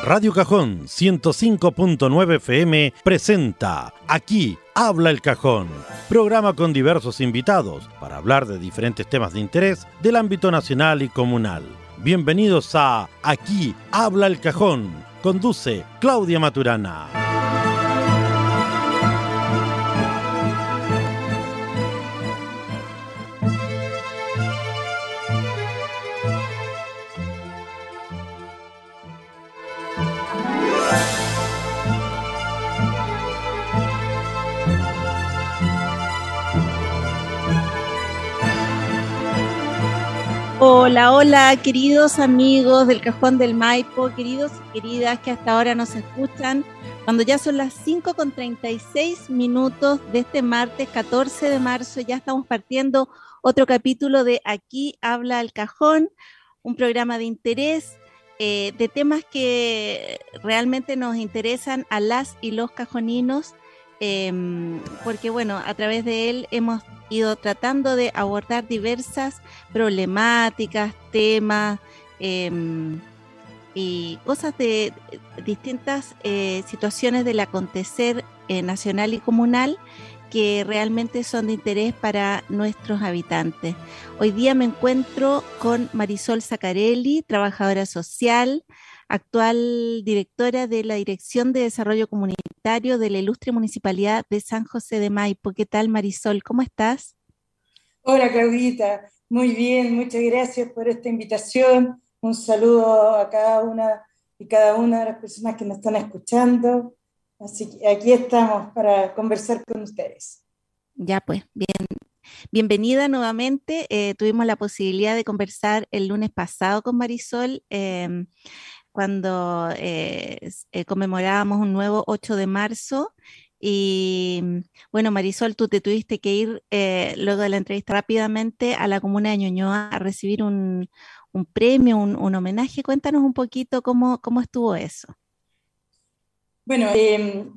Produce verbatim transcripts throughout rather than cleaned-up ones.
Radio Cajón ciento cinco punto nueve F M presenta Aquí habla el Cajón, programa con diversos invitados para hablar de diferentes temas de interés del ámbito nacional y comunal. Bienvenidos a Aquí habla el Cajón, conduce Claudia Maturana. Hola, hola, queridos amigos del Cajón del Maipo, queridos y queridas que hasta ahora nos escuchan, cuando ya son las cinco con treinta y seis minutos de este martes catorce de marzo, ya estamos partiendo otro capítulo de Aquí habla el Cajón, un programa de interés, eh, de temas que realmente nos interesan a las y los cajoninos, eh, porque bueno, a través de él hemos ido tratando de abordar diversas problemáticas, temas eh, y cosas de distintas eh, situaciones del acontecer eh, nacional y comunal que realmente son de interés para nuestros habitantes. Hoy día me encuentro con Marisol Zaccarelli, trabajadora social, actual directora de la Dirección de Desarrollo Comunitario de la Ilustre Municipalidad de San José de Maipo. ¿Qué tal, Marisol? ¿Cómo estás? Hola, Claudita. Muy bien, muchas gracias por esta invitación. Un saludo a cada una y cada una de las personas que nos están escuchando. Así que aquí estamos para conversar con ustedes. Ya pues, bien. Bienvenida nuevamente. Eh, tuvimos la posibilidad de conversar el lunes pasado con Marisol, eh, cuando eh, eh, conmemorábamos un nuevo ocho de marzo. Y bueno, Marisol, tú te tuviste que ir eh, luego de la entrevista rápidamente a la comuna de Ñuñoa a recibir un, un premio, un, un homenaje. Cuéntanos un poquito cómo, cómo estuvo eso. Bueno, eh,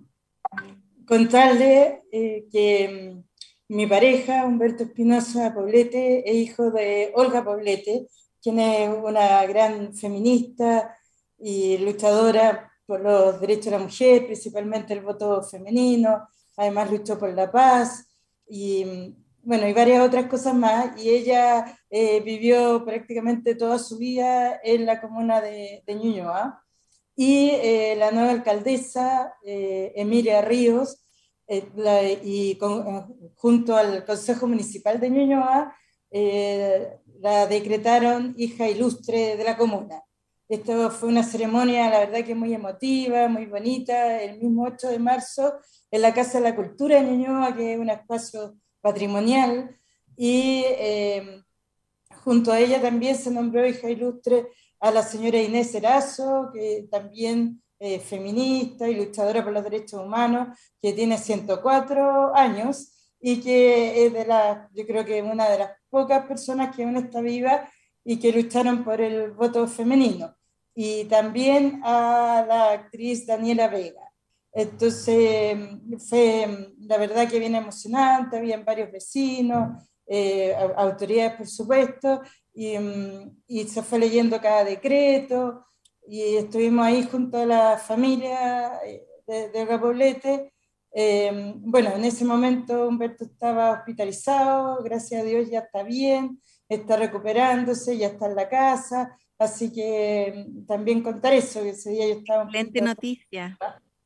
contarle eh, que mi pareja, Humberto Espinosa Poblete, es hijo de Olga Poblete, quien es una gran feminista y luchadora por los derechos de la mujer, principalmente el voto femenino, además luchó por la paz y, bueno, y varias otras cosas más, y ella eh, vivió prácticamente toda su vida en la comuna de, de Ñuñoa, y eh, la nueva alcaldesa, eh, Emilia Ríos, eh, la, y con, eh, junto al Consejo Municipal de Ñuñoa, eh, la decretaron hija ilustre de la comuna. Esto fue una ceremonia, la verdad que muy emotiva, muy bonita, el mismo ocho de marzo, en la Casa de la Cultura de Ñuñoa, que es un espacio patrimonial, y eh, junto a ella también se nombró hija ilustre a la señora Inés Erazo, que también es eh, feminista y luchadora por los derechos humanos, que tiene ciento cuatro años y que es de la, yo creo que una de las pocas personas que aún está viva y que lucharon por el voto femenino. Y también a la actriz Daniela Vega. Entonces, fue la verdad que bien emocionante, habían varios vecinos, eh, autoridades por supuesto, y, y se fue leyendo cada decreto, y estuvimos ahí junto a la familia de, de Olga Poblete. Eh, bueno, en ese momento Humberto estaba hospitalizado, gracias a Dios ya está bien, está recuperándose, ya está en la casa, así que también contar eso, que ese día yo estaba un Excelente poquito... noticia.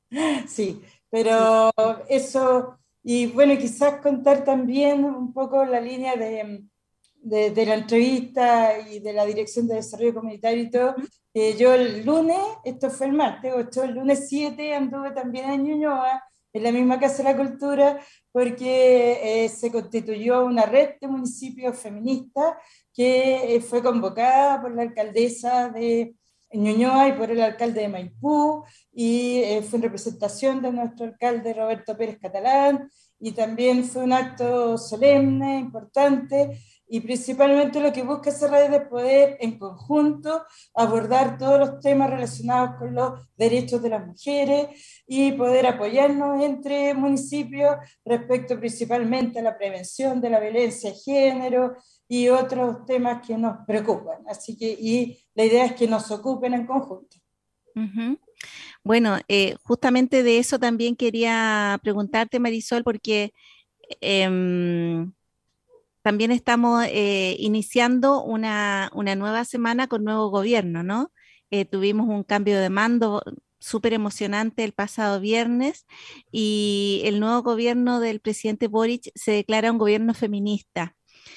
Sí, pero Sí. eso, y bueno, quizás contar también un poco la línea de, de, de la entrevista y de la Dirección de Desarrollo Comunitario y todo. Eh, yo el lunes, esto fue el martes ocho, el lunes siete anduve también en Ñuñoa, en la misma Casa de la Cultura, porque eh, se constituyó una red de municipios feministas que eh, fue convocada por la alcaldesa de Ñuñoa y por el alcalde de Maipú, y eh, fue en representación de nuestro alcalde Roberto Pérez Catalán, y también fue un acto solemne, importante, y principalmente lo que busca esa red es poder en conjunto abordar todos los temas relacionados con los derechos de las mujeres y poder apoyarnos entre municipios respecto principalmente a la prevención de la violencia de género y otros temas que nos preocupan. Así que, y la idea es que nos ocupen en conjunto. Ujú. Bueno, eh, justamente de eso también quería preguntarte, Marisol, porque em, también estamos eh, iniciando una, una nueva semana con nuevo gobierno, ¿no? Eh, tuvimos un cambio de mando súper emocionante el pasado viernes y el nuevo gobierno del presidente Boric se declara un gobierno feminista.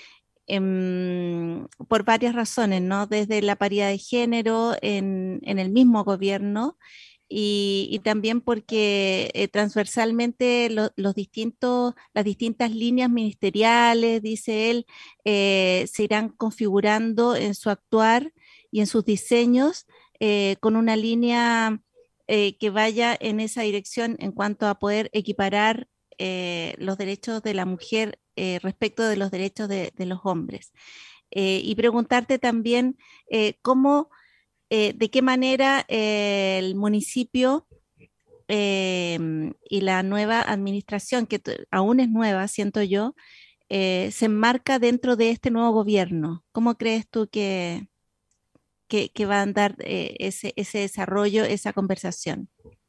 em, por varias razones, ¿no? Desde la paridad de género en, en el mismo gobierno y, y también porque eh, transversalmente lo- los distintos, las distintas líneas ministeriales, dice él, eh, se irán configurando en su actuar y en sus diseños eh, con una línea eh, que vaya en esa dirección en cuanto a poder equiparar eh, los derechos de la mujer eh, respecto de los derechos de, de los hombres. Eh, y preguntarte también eh, cómo, eh, de qué manera eh, el municipio eh, y la nueva administración, que t- aún es nueva, siento yo, eh, se enmarca dentro de este nuevo gobierno. ¿Cómo crees tú que, que, que va a andar eh, ese, ese desarrollo, esa conversación?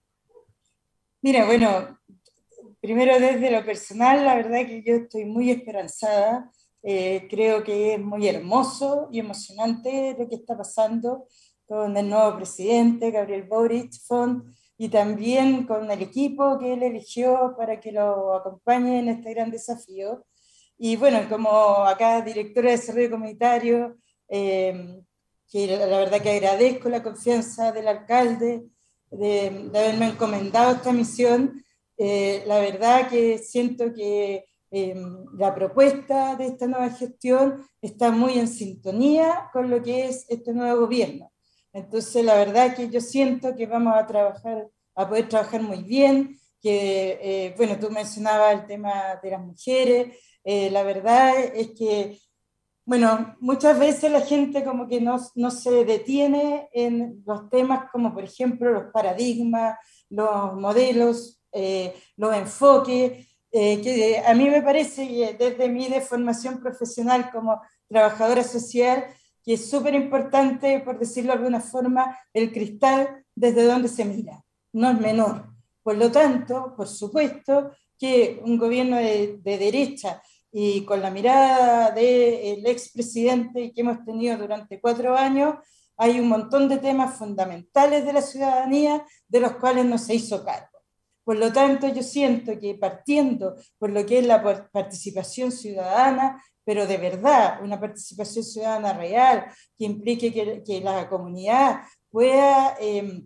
Mira, bueno, primero desde lo personal, la verdad que yo estoy muy esperanzada. Eh, creo que es muy hermoso y emocionante lo que está pasando con el nuevo presidente, Gabriel Boric, Font, y también con el equipo que él eligió para que lo acompañe en este gran desafío. Y bueno, como acá directora de desarrollo comunitario, eh, que la, la verdad que agradezco la confianza del alcalde de, de haberme encomendado esta misión. Eh, la verdad que siento que eh, la propuesta de esta nueva gestión está muy en sintonía con lo que es este nuevo gobierno. Entonces, la verdad que yo siento que vamos a trabajar, a poder trabajar muy bien, que, eh, bueno, tú mencionabas el tema de las mujeres. Eh, la verdad es que, bueno, muchas veces la gente como que no, no se detiene en los temas como, por ejemplo, los paradigmas, los modelos, eh, los enfoques, eh, que a mí me parece que desde mi deformación profesional como trabajadora social, que es súper importante, por decirlo de alguna forma, el cristal desde donde se mira, no es menor. Por lo tanto, por supuesto, que un gobierno de, de derecha y con la mirada del expresidente que hemos tenido durante cuatro años, hay un montón de temas fundamentales de la ciudadanía de los cuales no se hizo cargo. Por lo tanto, yo siento que partiendo por lo que es la participación ciudadana, pero de verdad, una participación ciudadana real, que implique que, que la comunidad pueda eh,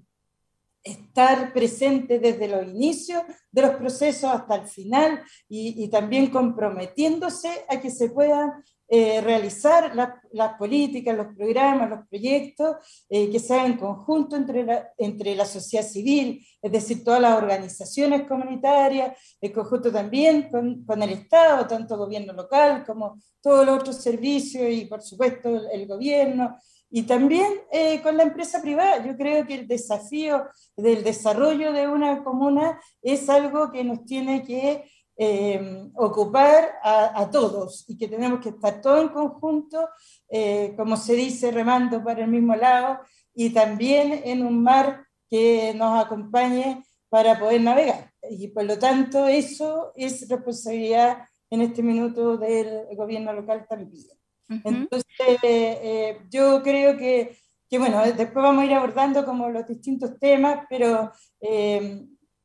estar presente desde los inicios de los procesos hasta el final y, y también comprometiéndose a que se puedan eh, realizar las, las políticas, los programas, los proyectos eh, que se hagan en conjunto entre la, entre la sociedad civil, es decir, todas las organizaciones comunitarias, en conjunto también con, con el Estado, tanto gobierno local como todos los otros servicios y por supuesto el, el gobierno, y también eh, con la empresa privada. Yo creo que el desafío del desarrollo de una comuna es algo que nos tiene que eh, ocupar a, a, todos y que tenemos que estar todos en conjunto, eh, como se dice, remando para el mismo lado y también en un mar que nos acompañe para poder navegar. Y por lo tanto eso es responsabilidad en este minuto del gobierno local también. Ujú. Entonces, eh, yo creo que, que, bueno, después vamos a ir abordando como los distintos temas, pero eh,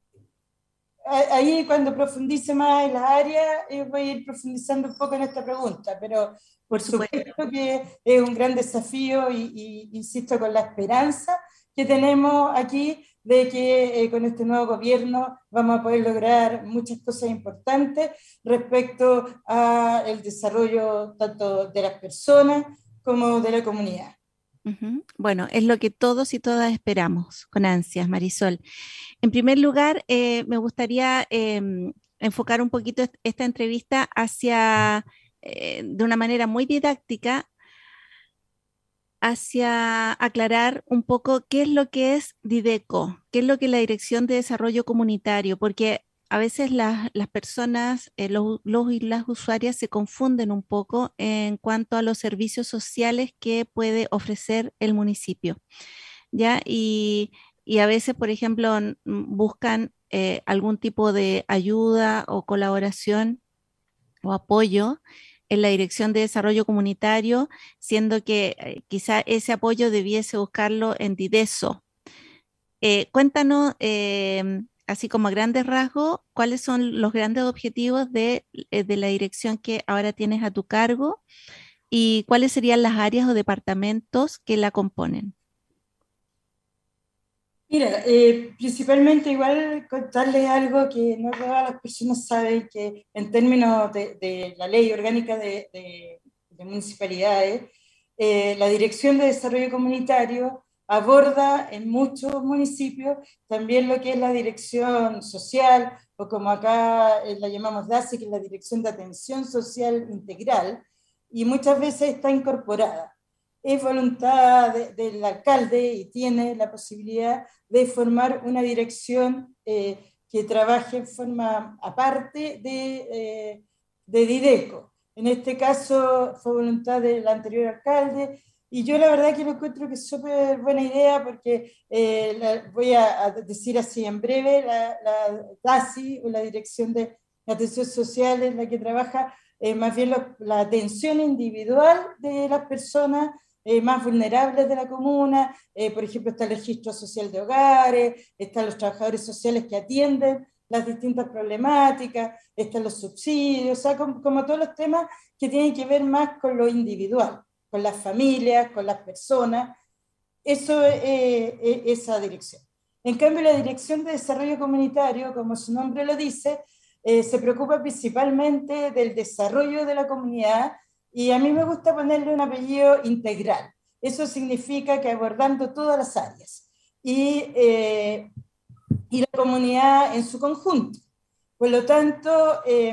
ahí cuando profundice más en las áreas, eh, voy a ir profundizando un poco en esta pregunta, pero Por por supuesto. supuesto que es un gran desafío y, y insisto con la esperanza que tenemos aquí de que eh, con este nuevo gobierno vamos a poder lograr muchas cosas importantes respecto al desarrollo tanto de las personas como de la comunidad. Ujú. Bueno, es lo que todos y todas esperamos con ansias, Marisol. En primer lugar, eh, me gustaría em, enfocar un poquito est- esta entrevista hacia, eh, de una manera muy didáctica, hacia aclarar un poco qué es lo que es Dideco, qué es lo que es la Dirección de Desarrollo Comunitario, porque a veces las, las personas, eh, los, los y las usuarias se confunden un poco en cuanto a los servicios sociales que puede ofrecer el municipio. ¿Ya? Y y a veces, por ejemplo, n- buscan eh, algún tipo de ayuda o colaboración o apoyo en la Dirección de Desarrollo Comunitario, siendo que eh, quizá ese apoyo debiese buscarlo en Dideso. Eh, cuéntanos, eh, así como a grandes rasgos, cuáles son los grandes objetivos de, eh, de la dirección que ahora tienes a tu cargo y cuáles serían las áreas o departamentos que la componen. Mira, eh, principalmente igual contarles algo que no todas las personas saben, que en términos de, de la ley orgánica de, de- de municipalidades, eh, la Dirección de Desarrollo Comunitario aborda en muchos municipios también lo que es la dirección social, o como acá eh, la llamamos D A S I, que es la Dirección de Atención Social Integral, y muchas veces está incorporada. Es voluntad de- del alcalde y tiene la posibilidad de formar una dirección eh, que trabaje en forma aparte de, eh, de Dideco. En este caso fue voluntad del anterior alcalde, y yo la verdad que lo encuentro que es súper buena idea, porque eh, la, voy a, a, decir así en breve, la, la D A S I, o la Dirección de Atención Social, es la que trabaja eh, más bien lo, la atención individual de las personas eh, más vulnerables de la comuna. Eh, por ejemplo, está el registro social de hogares, están los trabajadores sociales que atienden las distintas problemáticas, están los subsidios, o sea, como, como todos los temas que tienen que ver más con lo individual, con las familias, con las personas. Eso es eh, eh, esa dirección. En cambio, la Dirección de Desarrollo Comunitario, como su nombre lo dice, eh, se preocupa principalmente del desarrollo de la comunidad, y a mí me gusta ponerle un apellido integral. Eso significa que abordando todas las áreas y, eh, y la comunidad en su conjunto. Por lo tanto, eh,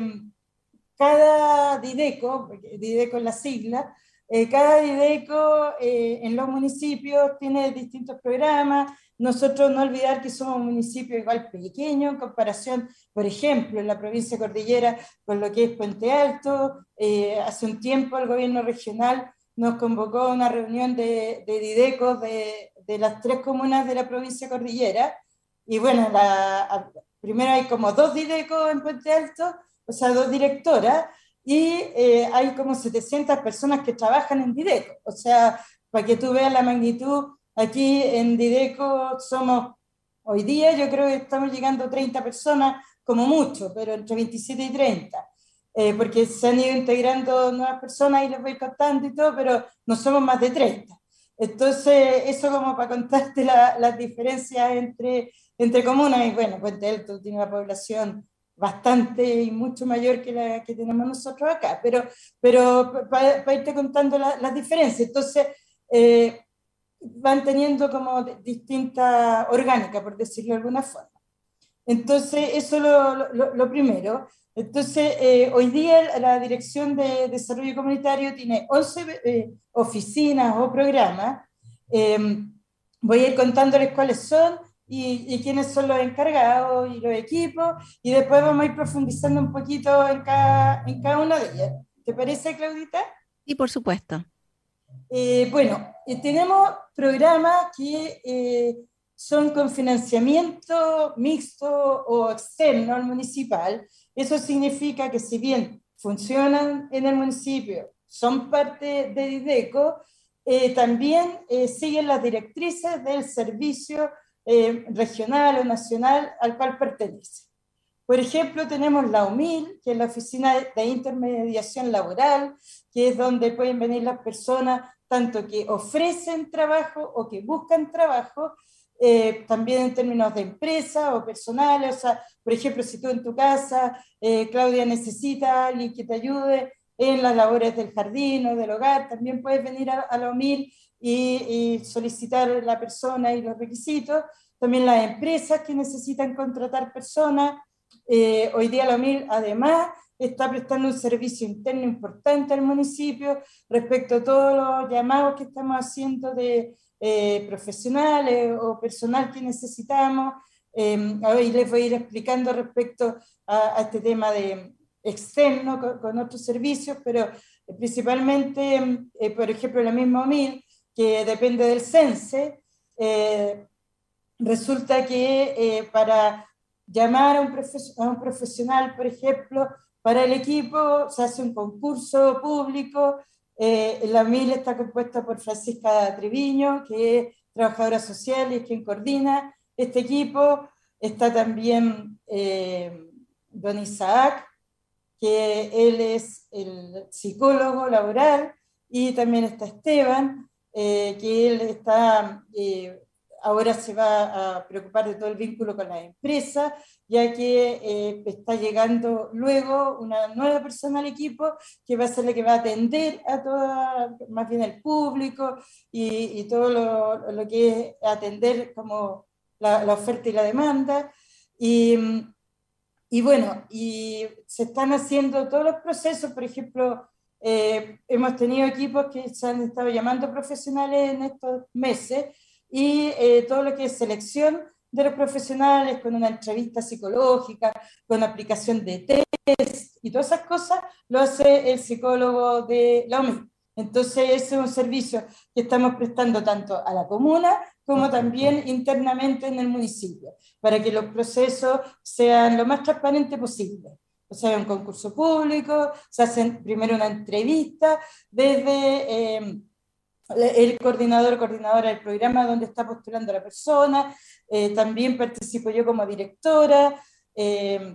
cada Dideco, Dideco es la sigla, eh, cada Dideco eh, en los municipios tiene distintos programas. Nosotros no olvidar que somos un municipio igual pequeño en comparación, por ejemplo, en la provincia de Cordillera, con lo que es Puente Alto. Eh, hace un tiempo el gobierno regional nos convocó a una reunión de, de Didecos de, de las tres comunas de la provincia de Cordillera, y bueno, la, primero hay como dos Didecos en Puente Alto, o sea, dos directoras, y eh, hay como setecientas personas que trabajan en Dideco. O sea, para que tú veas la magnitud, aquí en Dideco somos, hoy día yo creo que estamos llegando a treinta personas, como mucho, pero entre veintisiete y treinta. Eh, porque se han ido integrando nuevas personas y les voy contando y todo, pero no somos más de treinta. Entonces, eso como para contarte la, las diferencias entre, entre comunas. Y bueno, Puente Alto tiene una población bastante y mucho mayor que la que tenemos nosotros acá, pero, pero para pa irte contando la, las diferencias. Entonces, eh, van teniendo como distintas orgánicas, por decirlo de alguna forma. Entonces, eso es lo, lo, lo primero. Entonces, eh, hoy día la Dirección de Desarrollo Comunitario tiene once eh, oficinas o programas. Eh, Voy a ir contándoles cuáles son y, y quiénes son los encargados y los equipos, y después vamos a ir profundizando un poquito en cada, en cada una de ellas. ¿Te parece, Claudita? Y por supuesto. Eh, bueno, eh, tenemos programas que eh, son con financiamiento mixto o externo al municipal. Eso significa que si bien funcionan en el municipio, son parte de Dideco, eh, también eh, siguen las directrices del servicio eh, regional o nacional al cual pertenece. Por ejemplo, tenemos la U M I L, que es la Oficina de Intermediación Laboral, que es donde pueden venir las personas tanto que ofrecen trabajo o que buscan trabajo, eh, también en términos de empresa o personales. O sea, por ejemplo, si tú en tu casa, eh, Claudia, necesitas a alguien que te ayude en las labores del jardín o del hogar, también puedes venir a, a la U M I L y, y solicitar la persona y los requisitos. También las empresas que necesitan contratar personas. Eh, hoy día la U M I L además está prestando un servicio interno importante al municipio respecto a todos los llamados que estamos haciendo de eh, profesionales o personal que necesitamos. Eh, hoy les voy a ir explicando respecto a, a este tema de externo con, con otros servicios, pero principalmente, eh, por ejemplo, la misma U M I L, que depende del CENSE, eh, resulta que eh, para llamar a un, profes a un profesional, por ejemplo, para el equipo se hace un concurso público. Eh, la M I L está compuesta por Francisca Treviño, que es trabajadora social y es quien coordina este equipo. Está también eh, don Isaac, que él es el psicólogo laboral, y también está Esteban, eh, que él está, eh, ahora se va a preocupar de todo el vínculo con la empresa, ya que eh, está llegando luego una nueva persona al equipo que va a ser la que va a atender a toda, más bien al público, y, y todo lo, lo que es atender como la, la oferta y la demanda. Y, y bueno, y se están haciendo todos los procesos. Por ejemplo, eh, hemos tenido equipos que se han estado llamando profesionales en estos meses, y eh, todo lo que es selección de los profesionales, con una entrevista psicológica, con aplicación de test y todas esas cosas, lo hace el psicólogo de la O M I. Entonces ese es un servicio que estamos prestando tanto a la comuna como también internamente en el municipio, para que los procesos sean lo más transparentes posible. O sea, un concurso público, se hace primero una entrevista desde eh, el coordinador o coordinadora del programa donde está postulando la persona, eh, también participo yo como directora, eh,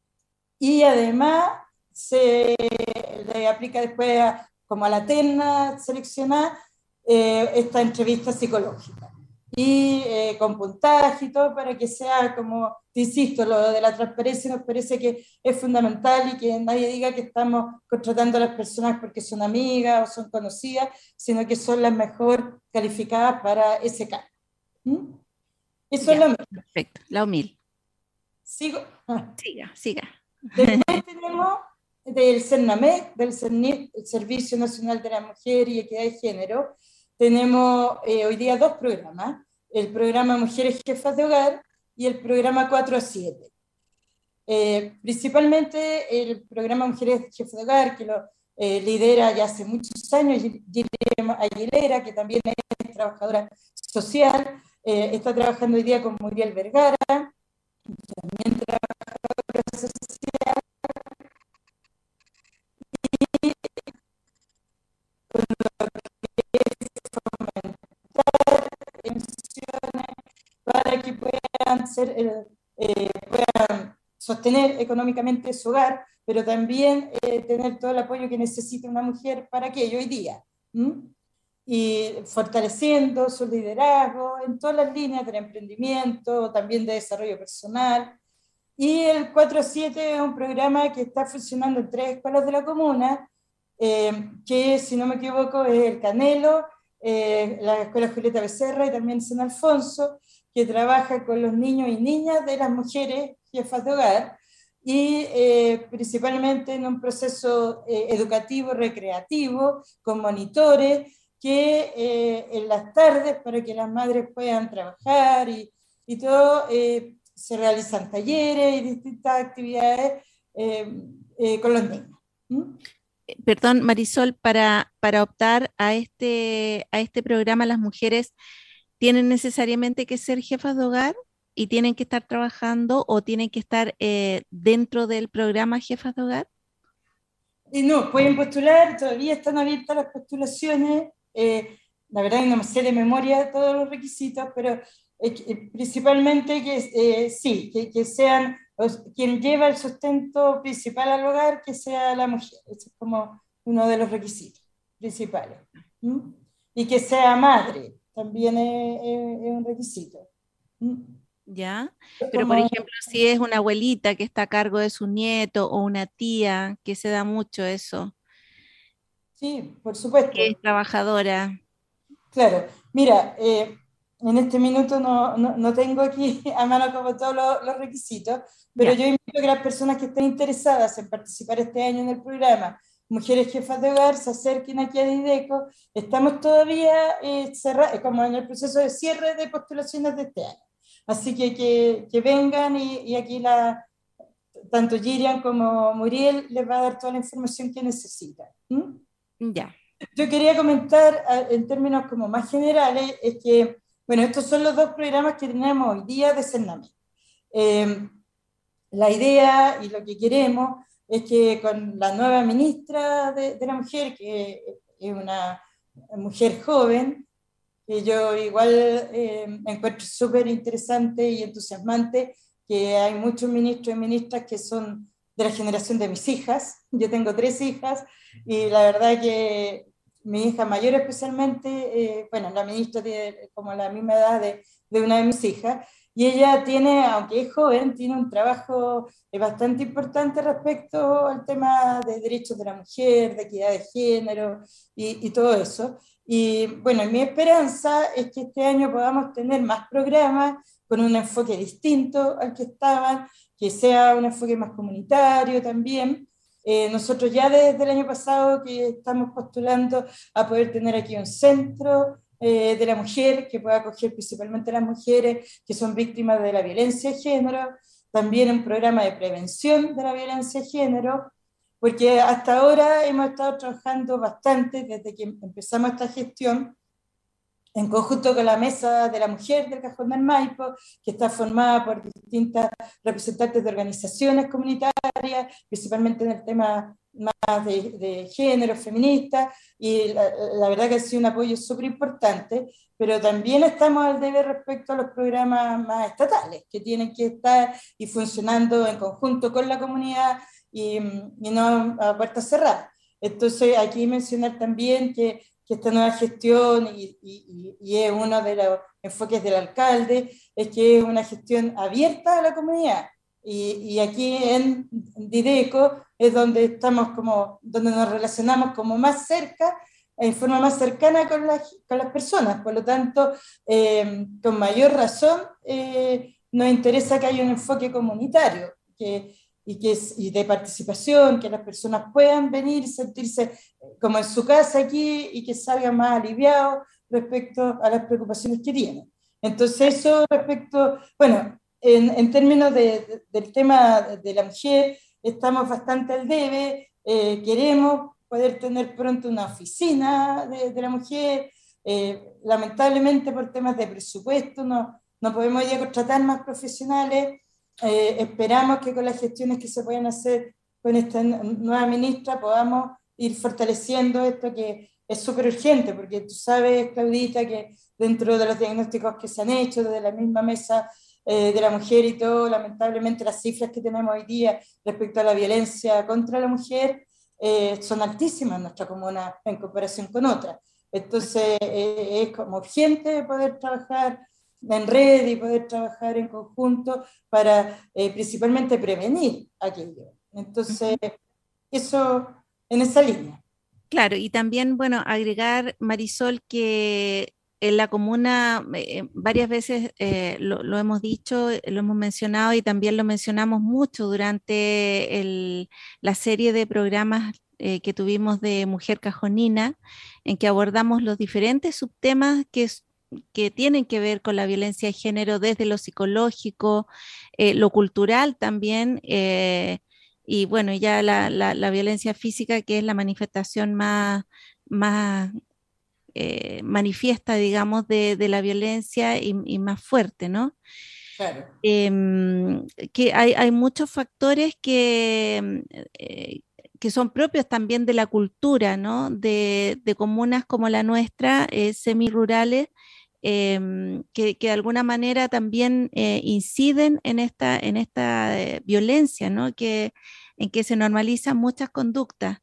y además se le aplica después a, como a la terna seleccionada, eh, esta entrevista psicológica. Y eh, con puntaje y todo, para que sea como, te insisto, lo de la transparencia nos parece que es fundamental, y que nadie diga que estamos contratando a las personas porque son amigas o son conocidas, sino que son las mejor calificadas para ese cargo. ¿Mm? Eso Ya, es lo mismo. perfecto, la O M I L. Sigo. Ah. Siga, siga. Después tenemos del CERNAMEC, del CERNIT, el Servicio Nacional de la Mujer y Equidad de Género. Tenemos eh, hoy día dos programas, el programa Mujeres Jefas de Hogar y el programa cuatro a siete. Eh, principalmente el programa Mujeres Jefas de Hogar, que lo eh, lidera ya hace muchos años Guillermo Aguilera, que también es trabajadora social, eh, está trabajando hoy día con Muriel Vergara, también trabajadora social, y con lo que es fomentar emisiones para que puedan, ser, eh, puedan sostener económicamente su hogar, pero también eh, tener todo el apoyo que necesita una mujer para aquello hoy día. ¿Mm? Y fortaleciendo su liderazgo en todas las líneas del emprendimiento, también de desarrollo personal. Y el cuatro a siete es un programa que está funcionando en tres escuelas de la comuna, eh, que si no me equivoco es el Canelo, eh, la Escuela Julieta Becerra y también San Alfonso, que trabaja con los niños y niñas de las mujeres jefas de hogar, y eh, principalmente en un proceso eh, educativo, recreativo, con monitores, que eh, en las tardes, para que las madres puedan trabajar y, y todo, eh, se realizan talleres y distintas actividades eh, eh, con los niños. ¿Mm? Perdón, Marisol, para, para optar a este, a este programa, las mujeres tienen necesariamente que ser jefas de hogar y tienen que estar trabajando, o tienen que estar eh, dentro del programa jefas de hogar. Y no, pueden postular, todavía están abiertas las postulaciones. Eh, la verdad que no me sé de memoria todos los requisitos, pero eh, principalmente que eh, sí, que, que sean, los, quien lleva el sustento principal al hogar, que sea la mujer. Ese es como uno de los requisitos principales. ¿Mm? Y que sea madre, también es, es, es un requisito. ¿Mm? Ya, Es pero por como, ejemplo, si es una abuelita que está a cargo de su nieto, o una tía, que se da mucho eso, sí, por que es supuesto. trabajadora. Claro, mira, eh, en este minuto no, no, no tengo aquí a mano como todos los, los requisitos, pero Ya, yo invito a que las personas que estén interesadas en participar este año en el programa Mujeres Jefas de Hogar se acerquen aquí a Dideco. Estamos todavía eh, cerra- como en el proceso de cierre de postulaciones de este año. Así que que, que vengan, y, y aquí la, tanto Girian como Muriel les va a dar toda la información que necesitan. ¿Mm? ya. Yo quería comentar en términos como más generales, es que Bueno, estos son los dos programas que tenemos hoy día de Cername. Eh, la idea y lo que queremos es que con la nueva ministra de, de la Mujer, que es una mujer joven, que yo igual eh, me encuentro súper interesante y entusiasmante, que hay muchos ministros y ministras que son de la generación de mis hijas. Yo tengo tres hijas y la verdad que mi hija mayor especialmente, eh, bueno, la ministra tiene como la misma edad de, de una de mis hijas, y ella tiene, aunque es joven, tiene un trabajo eh, bastante importante respecto al tema de derechos de la mujer, de equidad de género y, y todo eso. Y bueno, mi esperanza es que este año podamos tener más programas con un enfoque distinto al que estaban, que sea un enfoque más comunitario también. Eh, nosotros ya desde el año pasado que estamos postulando a poder tener aquí un centro eh, de la mujer que pueda acoger principalmente a las mujeres que son víctimas de la violencia de género, también un programa de prevención de la violencia de género, porque hasta ahora hemos estado trabajando bastante desde que empezamos esta gestión en conjunto con la Mesa de la Mujer del Cajón del Maipo, que está formada por distintas representantes de organizaciones comunitarias, principalmente en el tema más de, de género, feminista, y la, la verdad que ha sido un apoyo súper importante, pero también estamos al deber respecto a los programas más estatales, que tienen que estar y funcionando en conjunto con la comunidad y, y no a puertas cerradas. Entonces, aquí mencionar también que que esta nueva gestión, y, y, y es uno de los enfoques del alcalde, es que es una gestión abierta a la comunidad. Y, y aquí en Dideco es donde estamos como, donde nos relacionamos como más cerca, en forma más cercana con, la, con las personas. Por lo tanto, eh, con mayor razón, eh, nos interesa que haya un enfoque comunitario, que y, que, y de participación, que las personas puedan venir y sentirse como en su casa aquí y que salgan más aliviados respecto a las preocupaciones que tienen. Entonces eso respecto, bueno, en, en términos de, de, del tema de la mujer, estamos bastante al debe, eh, queremos poder tener pronto una oficina de, de la mujer, eh, lamentablemente por temas de presupuesto no, no podemos ya contratar más profesionales. Eh, esperamos que con las gestiones que se pueden hacer con esta nueva ministra podamos ir fortaleciendo esto que es súper urgente, porque tú sabes, Claudita, que dentro de los diagnósticos que se han hecho desde la misma mesa eh, de la mujer y todo, lamentablemente las cifras que tenemos hoy día respecto a la violencia contra la mujer eh, son altísimas en nuestra comuna en comparación con otras. Entonces eh, es como urgente poder trabajar en red y poder trabajar en conjunto para eh, principalmente prevenir aquello. Entonces, eso en esa línea. Claro, y también, bueno, agregar, Marisol, que en la comuna eh, varias veces eh, lo, lo hemos dicho, lo hemos mencionado y también lo mencionamos mucho durante el, la serie de programas eh, que tuvimos de Mujer Cajonina, en que abordamos los diferentes subtemas que que tienen que ver con la violencia de género desde lo psicológico, eh, lo cultural también, eh, y bueno, ya la, la, la, violencia física, que es la manifestación más, más eh, manifiesta, digamos, de, de la violencia y, y, más fuerte, ¿no? Claro. Eh, que hay, hay muchos factores que... Eh, que son propios también de la cultura, ¿no? De, de comunas como la nuestra, eh, semirurales, eh, que, que de alguna manera también eh, inciden en esta, en esta eh, violencia, ¿no? Que, en que se normalizan muchas conductas.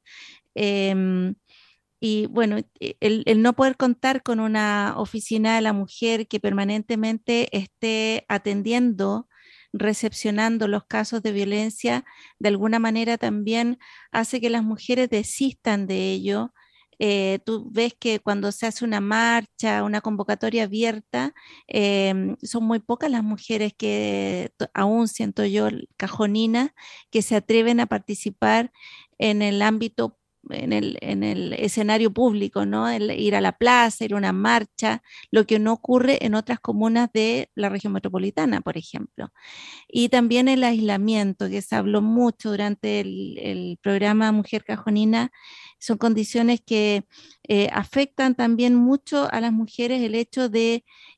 Eh, y bueno, el, el no poder contar con una oficina de la mujer que permanentemente esté atendiendo, recepcionando los casos de violencia, de alguna manera también hace que las mujeres desistan de ello. Eh, tú ves que cuando se hace una marcha, una convocatoria abierta, eh, son muy pocas las mujeres que, aún siento yo, cajoninas, que se atreven a participar en el ámbito en el, en el escenario público, ¿no? El ir a la plaza, ir a una marcha, lo que no ocurre en otras comunas de la región metropolitana, por ejemplo. Y también el aislamiento, que se habló mucho durante el, el programa Mujer Cajonina, son condiciones que eh, afectan también mucho a las mujeres, el hecho de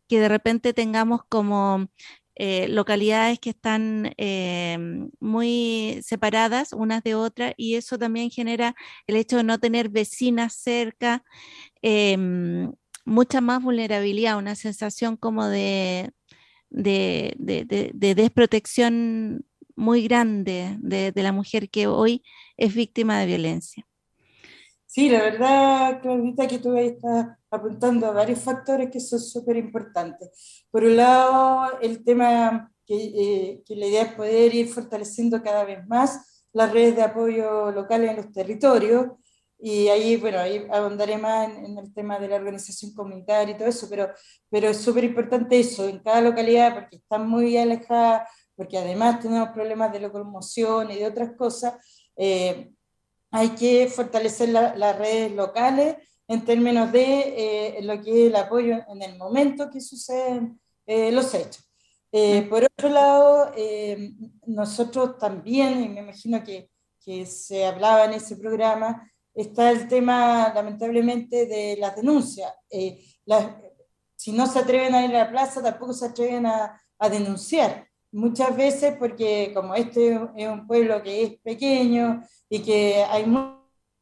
que de repente tengamos como eh, localidades que están eh, muy separadas unas de otras y eso también genera el hecho de no tener vecinas cerca, eh, mucha más vulnerabilidad, una sensación como de, de, de, de, de desprotección muy grande de, de la mujer que hoy es víctima de violencia. Sí, la verdad, Claudita, que tú ahí estás apuntando a varios factores que son súper importantes. Por un lado, el tema que, eh, que la idea es poder ir fortaleciendo cada vez más las redes de apoyo locales en los territorios, y ahí, bueno, ahí ahondaré más en, en el tema de la organización comunitaria y todo eso, pero, pero es súper importante eso, en cada localidad, porque están muy alejadas, porque además tenemos problemas de locomoción y de otras cosas. eh, Hay que fortalecer la, las redes locales en términos de eh, lo que es el apoyo en el momento que suceden eh, los hechos. Eh, por otro lado, eh, nosotros también, y me imagino que, que se hablaba en ese programa, está el tema, lamentablemente, de las denuncias. Eh, las, si no se atreven a ir a la plaza, tampoco se atreven a, a denunciar. Muchas veces porque como este es un pueblo que es pequeño, y que hay muy...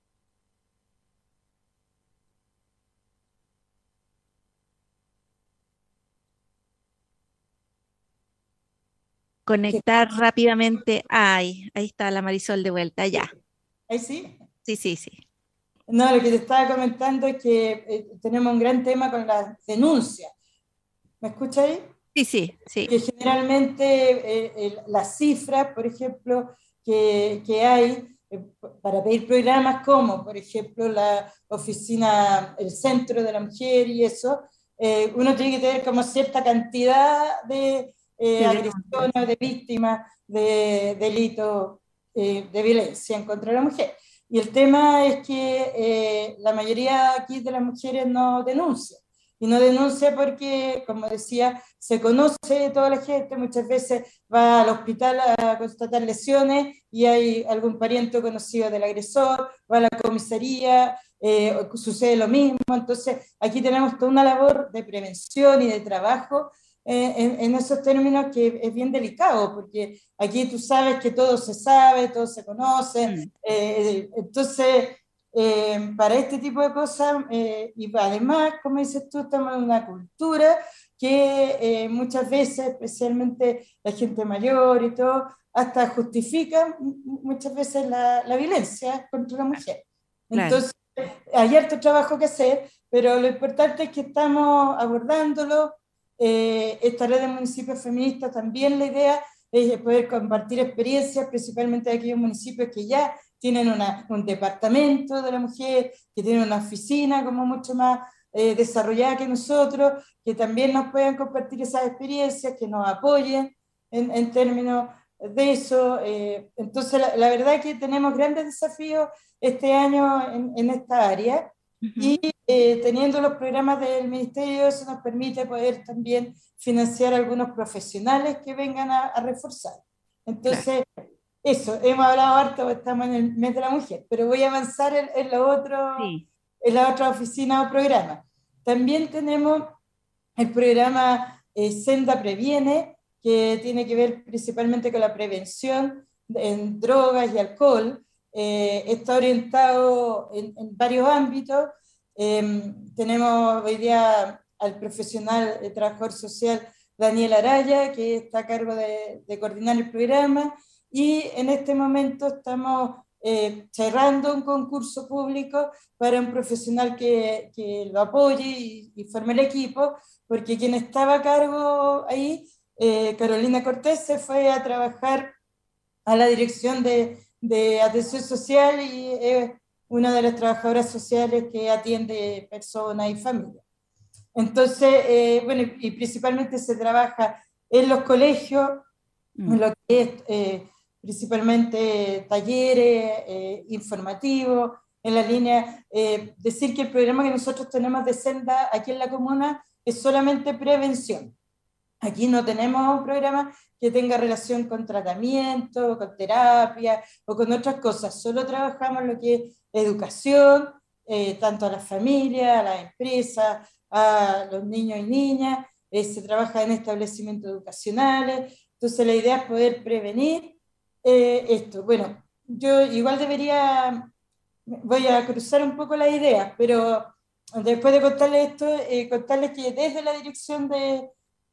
que, Conectar rápidamente. Ay, ahí está la Marisol de vuelta, ya. ¿ahí sí? Sí, sí, sí. No, lo que te estaba comentando es que eh, tenemos un gran tema con las denuncias. ¿Me escucha ahí? Sí, sí, sí. Que generalmente eh, eh, las cifras, por ejemplo, que, que hay eh, para pedir programas como, por ejemplo, la oficina, el centro de la mujer y eso, eh, uno tiene que tener como cierta cantidad de eh, De denuncias. agresiones, de víctimas de delitos eh, de violencia contra la mujer. Y el tema es que eh, la mayoría aquí de las mujeres no denuncia. Y no denuncia porque, como decía, se conoce toda la gente, muchas veces va al hospital a constatar lesiones y hay algún pariente conocido del agresor, va a la comisaría, eh, sucede lo mismo. Entonces, aquí tenemos toda una labor de prevención y de trabajo eh, en, en esos términos que es bien delicado, porque aquí tú sabes que todo se sabe, todo se conoce, Mm. eh, entonces... Eh, para este tipo de cosas, eh, y además, como dices tú, estamos en una cultura que eh, muchas veces, especialmente la gente mayor y todo, hasta justifica muchas veces la, la violencia contra la mujer. Claro. Entonces, hay harto trabajo que hacer, pero lo importante es que estamos abordándolo. Eh, esta red de municipios feministas también la idea es poder compartir experiencias, principalmente de aquellos municipios que ya tienen una, un departamento de la mujer, que tienen una oficina como mucho más eh, desarrollada que nosotros, que también nos puedan compartir esas experiencias, que nos apoyen en, en términos de eso. Eh, entonces, la, la verdad es que tenemos grandes desafíos este año en, en esta área. Uh-huh. Y eh, teniendo los programas del Ministerio, eso nos permite poder también financiar algunos profesionales que vengan a, a reforzar. Claro. Entonces, eso, hemos hablado harto, estamos en el mes de la mujer, pero voy a avanzar en, en, lo otro, Sí. en la otra oficina o programa. También tenemos el programa eh, Senda Previene, que tiene que ver principalmente con la prevención en drogas y alcohol. Eh, está orientado en, en varios ámbitos. Eh, tenemos hoy día al profesional de trabajador social Daniel Araya, que está a cargo de, de coordinar el programa, y en este momento estamos eh, cerrando un concurso público para un profesional que, que lo apoye y, y forme el equipo, porque quien estaba a cargo ahí, eh, Carolina Cortés, se fue a trabajar a la dirección de, de atención social y es una de las trabajadoras sociales que atiende personas y familias. Entonces, eh, bueno, y principalmente se trabaja en los colegios, Mm. en lo que es eh, principalmente talleres eh, informativos, en la línea, eh, decir que el programa que nosotros tenemos de Senda aquí en la comuna es solamente prevención. Aquí no tenemos un programa que tenga relación con tratamiento, con terapia o con otras cosas, solo trabajamos lo que es educación, eh, tanto a las familias, a las empresas, a los niños y niñas, eh, se trabaja en establecimientos educacionales. Entonces la idea es poder prevenir eh, esto. Bueno, yo igual debería, voy a cruzar un poco la idea, pero después de contarles esto, eh, contarles que desde la Dirección de,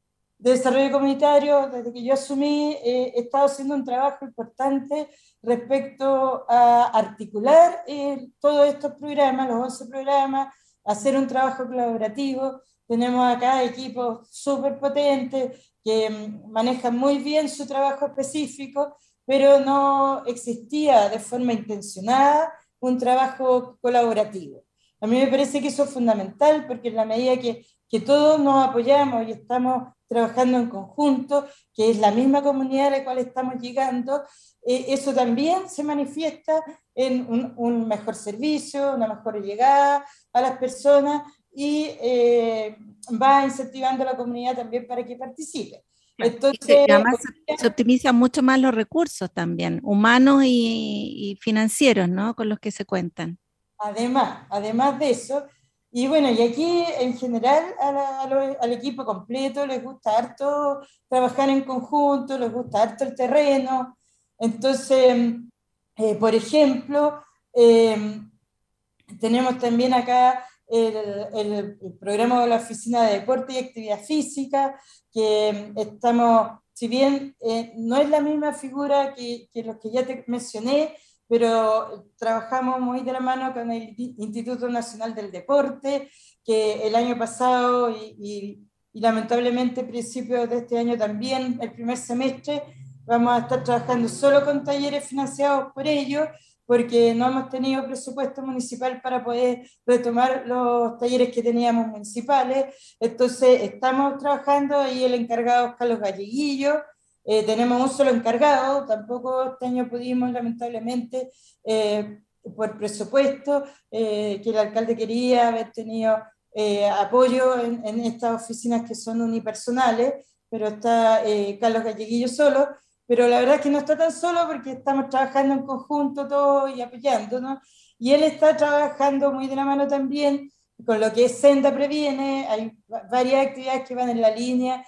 de Desarrollo Comunitario, desde que yo asumí, eh, he estado haciendo un trabajo importante respecto a articular eh, todos estos programas, los once programas, hacer un trabajo colaborativo. Tenemos acá equipos súper potentes que mm, manejan muy bien su trabajo específico, pero no existía de forma intencionada un trabajo colaborativo. A mí me parece que eso es fundamental, porque en la medida que, que todos nos apoyamos y estamos trabajando en conjunto, que es la misma comunidad a la cual estamos llegando, eh, eso también se manifiesta en un, un mejor servicio, una mejor llegada a las personas y eh, va incentivando a la comunidad también para que participe. Entonces, y además hoy, se optimizan mucho más los recursos también, humanos y, y financieros, ¿no? Con los que se cuentan. Además, además de eso, y bueno, y aquí en general a la, a lo, al equipo completo les gusta harto trabajar en conjunto, les gusta harto el terreno. Entonces, eh, por ejemplo, eh, tenemos también acá el, el, el programa de la Oficina de Deporte y Actividad Física, que estamos, si bien eh, no es la misma figura que, que los que ya te mencioné, pero trabajamos muy de la mano con el Instituto Nacional del Deporte, que el año pasado y, y, y lamentablemente a principios de este año también, el primer semestre, vamos a estar trabajando solo con talleres financiados por ellos, porque no hemos tenido presupuesto municipal para poder retomar los talleres que teníamos municipales. Entonces estamos trabajando, y el encargado es Carlos Galleguillo. Eh, tenemos un solo encargado, tampoco este año pudimos, lamentablemente, eh, por presupuesto, eh, que el alcalde quería haber tenido eh, apoyo en, en estas oficinas que son unipersonales, pero está eh, Carlos Galleguillo solo, pero la verdad es que no está tan solo porque estamos trabajando en conjunto todos y apoyándonos, y él está trabajando muy de la mano también con lo que es Senda Previene. Hay varias actividades que van en la línea